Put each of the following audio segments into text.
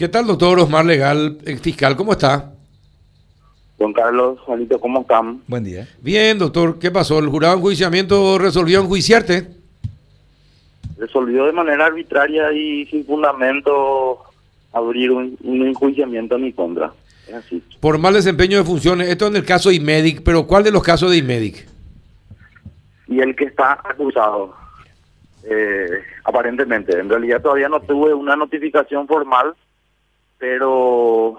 ¿Qué tal, doctor Osmar Legal, fiscal? ¿Cómo está? Don Carlos, Juanito, ¿cómo están? Buen día. Bien, doctor. ¿Qué pasó? ¿El jurado de enjuiciamiento resolvió enjuiciarte? Resolvió de manera arbitraria y sin fundamento abrir un enjuiciamiento en mi contra. Es así. Por mal desempeño de funciones. Esto en el caso de IMEDIC, pero ¿cuál de los casos de IMEDIC? Y el que está acusado, aparentemente. En realidad todavía no tuve una notificación formal, pero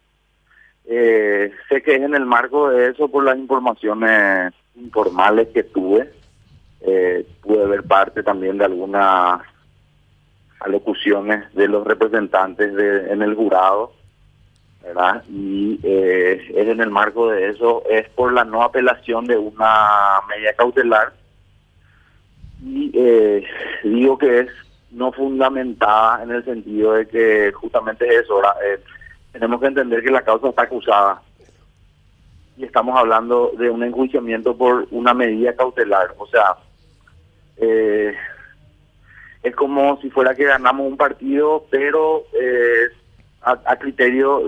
sé que es en el marco de eso por las informaciones informales que tuve. Pude ver parte también de algunas alocuciones de los representantes en el jurado, ¿verdad? Y es en el marco de eso, es por la no apelación de una medida cautelar. Y digo que es no fundamentada en el sentido de que justamente es eso. Tenemos que entender que la causa está acusada y estamos hablando de un enjuiciamiento por una medida cautelar. O sea, es como si fuera que ganamos un partido, pero a criterio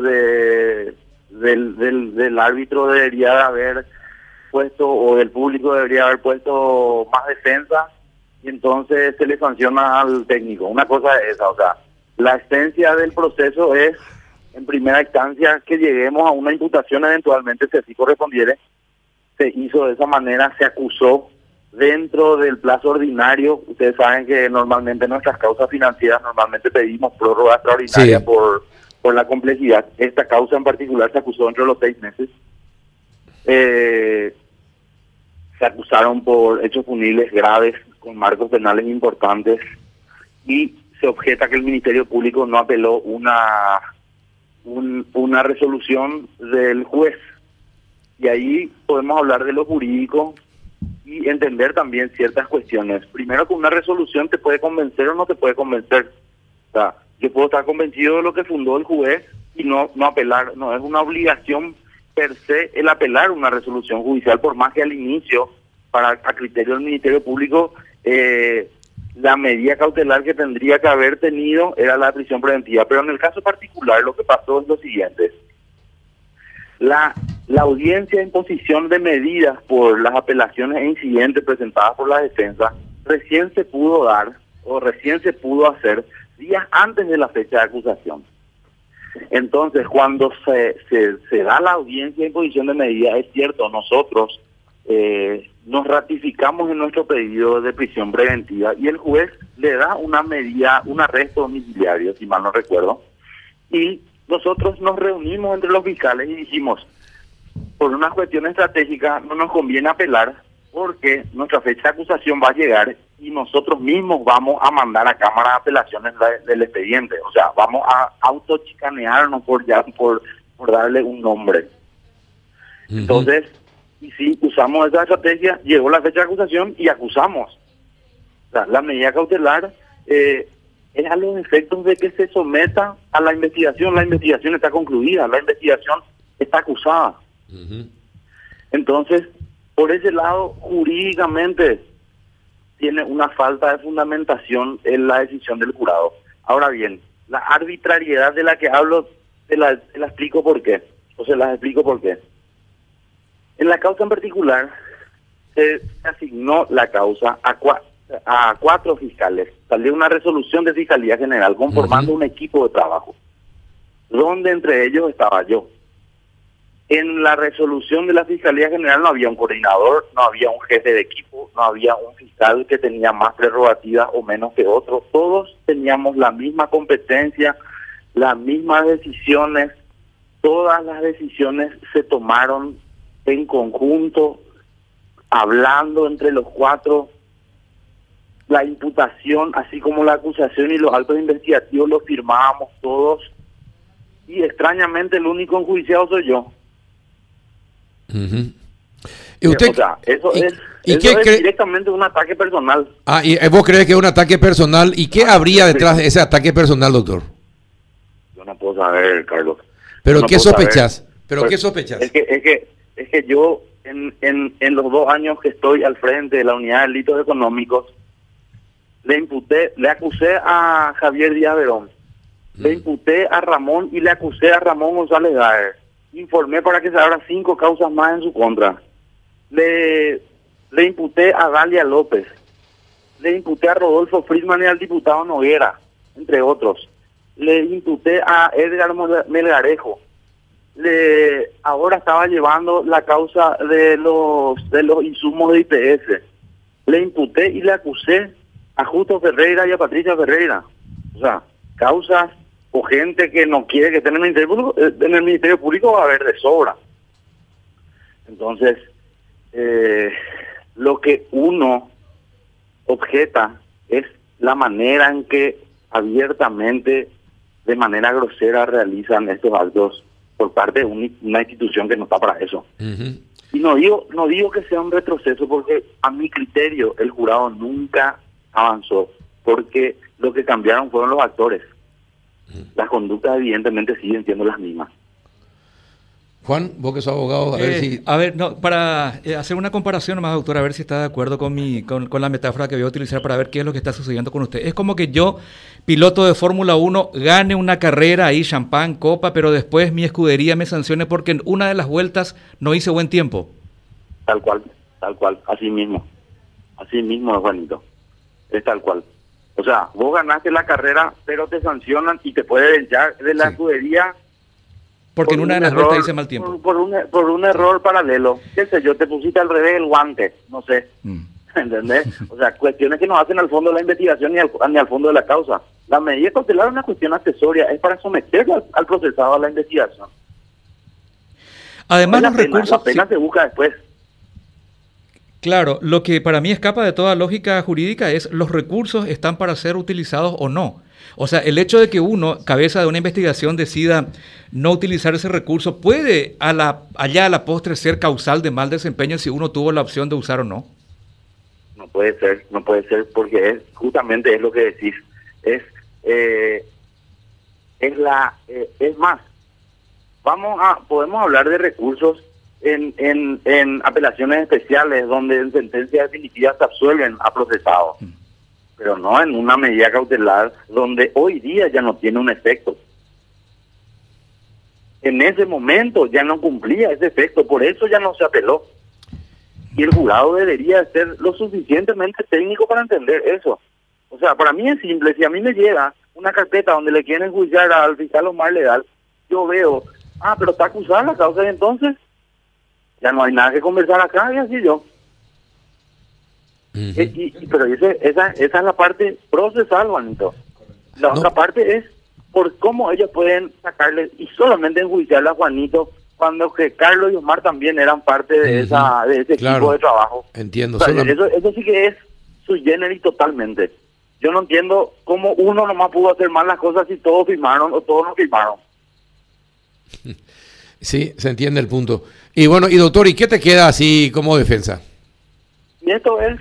del árbitro debería de haber puesto, o del público debería haber puesto más defensa, y entonces se le sanciona al técnico. Una cosa es esa, o sea, la esencia del proceso es, en primera instancia, que lleguemos a una imputación eventualmente, si así correspondiere. Se hizo de esa manera, se acusó dentro del plazo ordinario. Ustedes saben que normalmente nuestras causas financieras normalmente pedimos prórroga extraordinaria, Sí, por la complejidad. Esta causa en particular se acusó dentro de los 6 meses. Se acusaron por hechos punibles graves con marcos penales importantes, y se objeta que el Ministerio Público no apeló una resolución del juez. Y ahí podemos hablar de lo jurídico y entender también ciertas cuestiones. Primero, que una resolución te puede convencer o no te puede convencer. O sea, yo puedo estar convencido de lo que fundó el juez y no apelar. No es una obligación per se el apelar una resolución judicial, por más que al inicio, a criterio del Ministerio Público, la medida cautelar que tendría que haber tenido era la prisión preventiva. Pero en el caso particular lo que pasó es lo siguiente: la audiencia de imposición de medidas por las apelaciones e incidentes presentadas por la defensa recién se pudo dar, o recién se pudo hacer días antes de la fecha de acusación. Entonces, cuando se da la audiencia de imposición de medidas, es cierto, nosotros nos ratificamos en nuestro pedido de prisión preventiva y el juez le da una medida, un arresto domiciliario, si mal no recuerdo, y nosotros nos reunimos entre los fiscales y dijimos, por una cuestión estratégica no nos conviene apelar porque nuestra fecha de acusación va a llegar y nosotros mismos vamos a mandar a Cámara de Apelaciones del expediente. O sea, vamos a autochicanearnos por darle un nombre. Entonces, y si usamos esa estrategia, llegó la fecha de acusación y acusamos. O sea, la medida cautelar es a los efectos de que se someta a la investigación. La investigación está concluida, la investigación está acusada. Entonces, por ese lado, jurídicamente tiene una falta de fundamentación en la decisión del jurado. Ahora bien, la arbitrariedad de la que hablo, te la explico por qué. O se las explico por qué. En la causa en particular, se asignó la causa a 4 fiscales. Salió una resolución de Fiscalía General conformando un equipo de trabajo, donde entre ellos estaba yo. En la resolución de la Fiscalía General no había un coordinador, no había un jefe de equipo, no había un fiscal que tenía más prerrogativas o menos que otro. Todos teníamos la misma competencia, las mismas decisiones. Todas las decisiones se tomaron en conjunto, hablando entre los 4. La imputación, así como la acusación y los actos investigativos, los firmábamos todos. Y extrañamente el único enjuiciado soy yo. ¿Y usted, o sea, eso es directamente un ataque personal. ¿Y vos crees que es un ataque personal? ¿Y qué habría detrás de ese ataque personal, doctor? Yo no puedo saber, Carlos. ¿Pero no qué sospechás? ¿Qué sospechás? Es que yo, en los 2 años que estoy al frente de la unidad de delitos económicos, le acusé a Javier Díaz Verón Le imputé a Ramón y le acusé a Ramón González Daer. Informé para que se abran 5 causas más en su contra. Le imputé a Dalia López. Le imputé a Rodolfo Friedman y al diputado Noguera, entre otros. Le imputé a Edgar Melgarejo. Ahora estaba llevando la causa de los insumos de IPS. Le imputé y le acusé a Justo Ferreira y a Patricia Ferreira. O sea, causas o gente que no quiere que esté en el Ministerio Público va a haber de sobra. Entonces, lo que uno objeta es la manera en que abiertamente, de manera grosera, realizan estos actos por parte de una institución que no está para eso. Uh-huh. Y no digo que sea un retroceso, porque a mi criterio el jurado nunca avanzó, porque lo que cambiaron fueron los actores. Las conductas evidentemente siguen siendo las mismas. Juan, vos que sos abogado, a ver si... A ver, no, para hacer una comparación nomás, doctor, a ver si está de acuerdo con la metáfora que voy a utilizar para ver qué es lo que está sucediendo con usted. Es como que yo, piloto de Fórmula 1, gane una carrera ahí, champán, copa, pero después mi escudería me sancione porque en una de las vueltas no hice buen tiempo. Tal cual, así mismo, Juanito, es tal cual. O sea, vos ganaste la carrera, pero te sancionan y te pueden echar de la escudería. Porque en una de las vueltas hice mal tiempo. Por un error paralelo. Qué sé yo, te pusiste al revés el guante, no sé. ¿Entendés? O sea, cuestiones que no hacen al fondo de la investigación ni al fondo de la causa. La medida cautelar es una cuestión accesoria, es para someter al procesado a la investigación. Además, los recursos... La pena se busca después. Claro, lo que para mí escapa de toda lógica jurídica es los recursos están para ser utilizados o no. O sea, el hecho de que uno, cabeza de una investigación, decida no utilizar ese recurso puede allá a la postre ser causal de mal desempeño si uno tuvo la opción de usar o no. No puede ser porque justamente es lo que decís. Es más, podemos hablar de recursos en apelaciones especiales donde en sentencias definitivas se absuelven a procesados, pero no en una medida cautelar donde hoy día ya no tiene un efecto. En ese momento ya no cumplía ese efecto, por eso ya no se apeló. Y el jurado debería ser lo suficientemente técnico para entender eso. O sea, para mí es simple. Si a mí me llega una carpeta donde le quieren enjuiciar al fiscal Omar Leal, yo veo, pero está acusada la causa, y entonces ya no hay nada que conversar acá, y así yo. Pero esa es la parte procesal, Juanito. La otra parte es por cómo ellos pueden sacarle y solamente enjuiciarle a Juanito cuando que Carlos y Omar también eran parte de ese equipo de trabajo. Entiendo. O sea, eso sí que es sui generis totalmente. Yo no entiendo cómo uno nomás pudo hacer mal las cosas si todos firmaron o todos no firmaron. Sí, se entiende el punto. Y bueno, y doctor, ¿y qué te queda así como defensa? Y esto es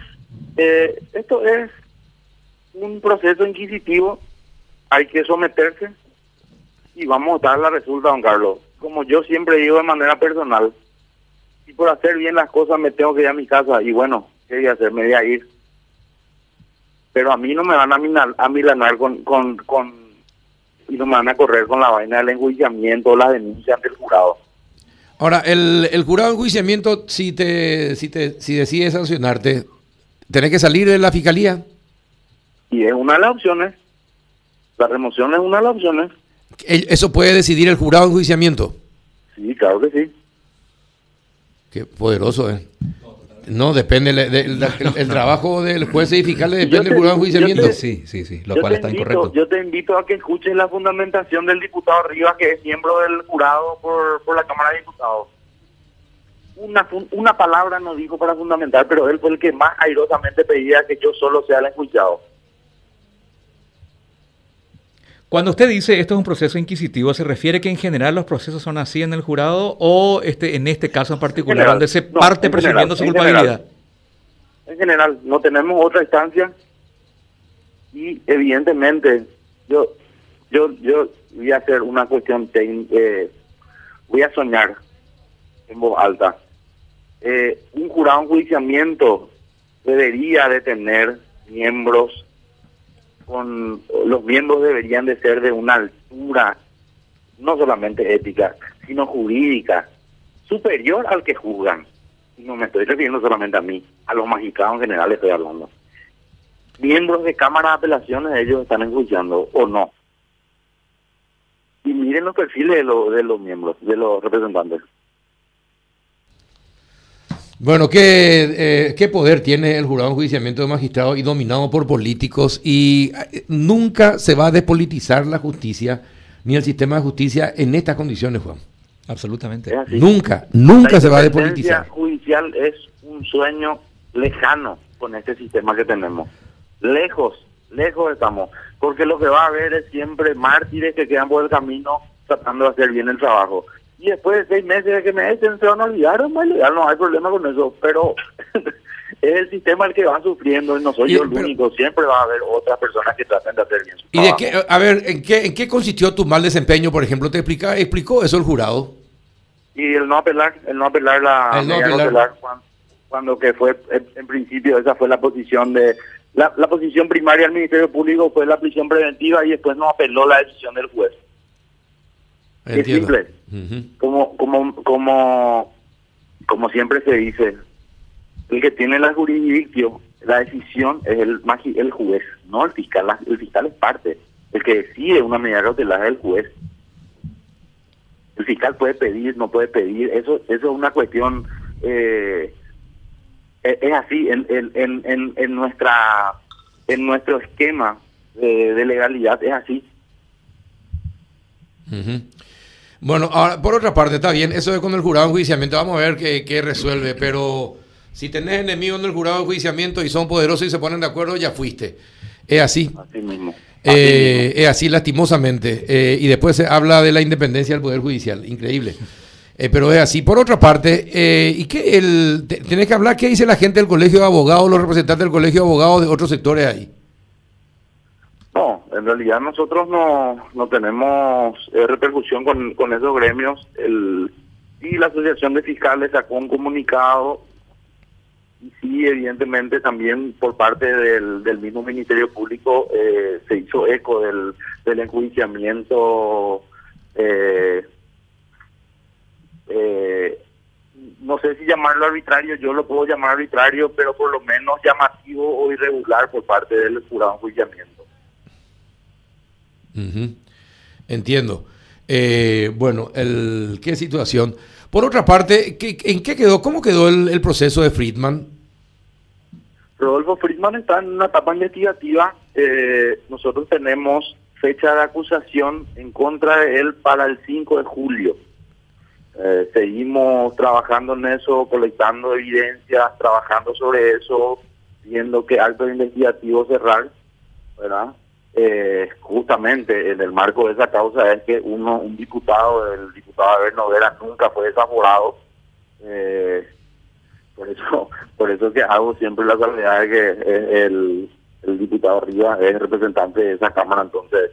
un proceso inquisitivo, hay que someterse y vamos a dar la resulta, don Carlos. Como yo siempre digo de manera personal, y por hacer bien las cosas me tengo que ir a mi casa, y bueno, ¿qué voy a hacer? Me voy a ir. Pero a mí no me van a milanar con y no me van a correr con la vaina del enjuiciamiento o la denuncia ante el jurado. Ahora, el jurado de enjuiciamiento, si decide sancionarte, ¿tenés que salir de la fiscalía? Y es una de las opciones. La remoción es una de las opciones. ¿Eso puede decidir el jurado de enjuiciamiento? Sí, claro que sí. Qué poderoso, ¿eh? No, depende el trabajo del juez y fiscal, depende del jurado de enjuiciamiento. Sí, lo cual está incorrecto. Yo te invito a que escuches la fundamentación del diputado Rivas, que es miembro del jurado por la Cámara de Diputados. Una palabra no dijo para fundamentar, pero él fue el que más airosamente pedía que yo solo sea el enjuiciado. Cuando usted dice esto es un proceso inquisitivo, ¿se refiere que en general los procesos son así en el jurado o en este caso en particular, general, donde se parte presumiendo su culpabilidad? En general, no tenemos otra instancia y evidentemente yo voy a hacer una cuestión, voy a soñar en voz alta. Un jurado de enjuiciamiento debería de tener miembros los miembros deberían de ser de una altura, no solamente ética, sino jurídica, superior al que juzgan. Y no me estoy refiriendo solamente a mí, a los magistrados en general estoy hablando. Miembros de cámaras de apelaciones, ellos están enjuiciando o no. Y miren los perfiles de los miembros, de los representantes. Bueno, ¿qué poder tiene el jurado de enjuiciamiento de magistrados y dominado por políticos? Y nunca se va a despolitizar la justicia ni el sistema de justicia en estas condiciones, Juan. Absolutamente. Nunca se va a despolitizar. La judicial es un sueño lejano con este sistema que tenemos. Lejos estamos. Porque lo que va a haber es siempre mártires que quedan por el camino tratando de hacer bien el trabajo. Y después de 6 meses de que me echen, se van a olvidar, no hay problema con eso. Pero es el sistema el que va sufriendo y no soy yo el único. Siempre va a haber otras personas que traten de hacer bien su trabajo. ¿En qué consistió tu mal desempeño, por ejemplo? ¿Te explicó eso el jurado? Y el no apelar cuando que fue, en principio, esa fue la posición de... La posición primaria del Ministerio Público fue la prisión preventiva y después no apeló la decisión del juez. Entiendo. Es simple. Como siempre se dice, el que tiene la jurisdicción, la decisión es el juez, no el fiscal. El fiscal es parte. El que decide una medida cautelar es el juez. El fiscal puede pedir, no puede pedir. Eso es una cuestión... es así en nuestro esquema de legalidad, es así. Bueno, ahora, por otra parte, está bien, eso es con el jurado de enjuiciamiento, vamos a ver qué resuelve, pero si tenés enemigos en el jurado de enjuiciamiento y son poderosos y se ponen de acuerdo, ya fuiste. Es así. Así mismo. Es así, lastimosamente. Y después se habla de la independencia del Poder Judicial, increíble. Pero es así. Por otra parte, tenés que hablar, ¿qué dice la gente del Colegio de Abogados, los representantes del Colegio de Abogados de otros sectores ahí? No, en realidad nosotros no tenemos repercusión con esos gremios. Sí, la Asociación de Fiscales sacó un comunicado y sí, evidentemente también por parte del mismo Ministerio Público se hizo eco del enjuiciamiento. No sé si llamarlo arbitrario, yo lo puedo llamar arbitrario, pero por lo menos llamativo o irregular por parte del jurado de enjuiciamiento. Entiendo. Bueno, ¿qué situación? Por otra parte, ¿en qué quedó? ¿Cómo quedó el proceso de Friedman? Rodolfo Friedman está en una etapa investigativa. Nosotros tenemos fecha de acusación en contra de él para el 5 de julio. Seguimos trabajando en eso, colectando evidencias, trabajando sobre eso, viendo qué acto investigativo cerrar, ¿verdad? Justamente en el marco de esa causa es que un diputado, el diputado Abel Noguera, nunca fue desaforado. Por eso que hago siempre la salvedad de que el diputado Rivas es representante de esa Cámara, entonces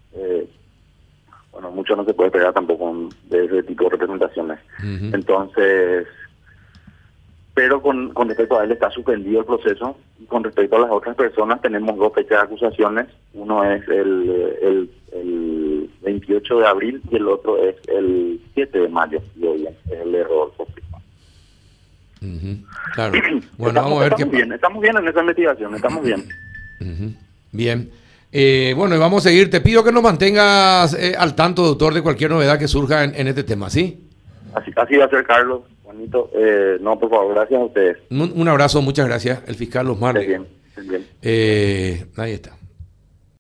mucho no se puede esperar tampoco de ese tipo de representaciones. Entonces, pero con respecto a él está suspendido el proceso. Y con respecto a las otras personas tenemos 2 fechas de acusaciones. Uno es el 28 de abril y el otro es el 7 de mayo. Es el error. Claro. Bueno, vamos a ver estamos bien en esa investigación, estamos bien. Bien. Bueno, y vamos a seguir. Te pido que nos mantengas al tanto, doctor, de cualquier novedad que surja en este tema, ¿sí? Así va a ser, Carlos. Bonito. Por favor, gracias a ustedes. Un abrazo, muchas gracias. El fiscal Osmar. Bien. Ahí está.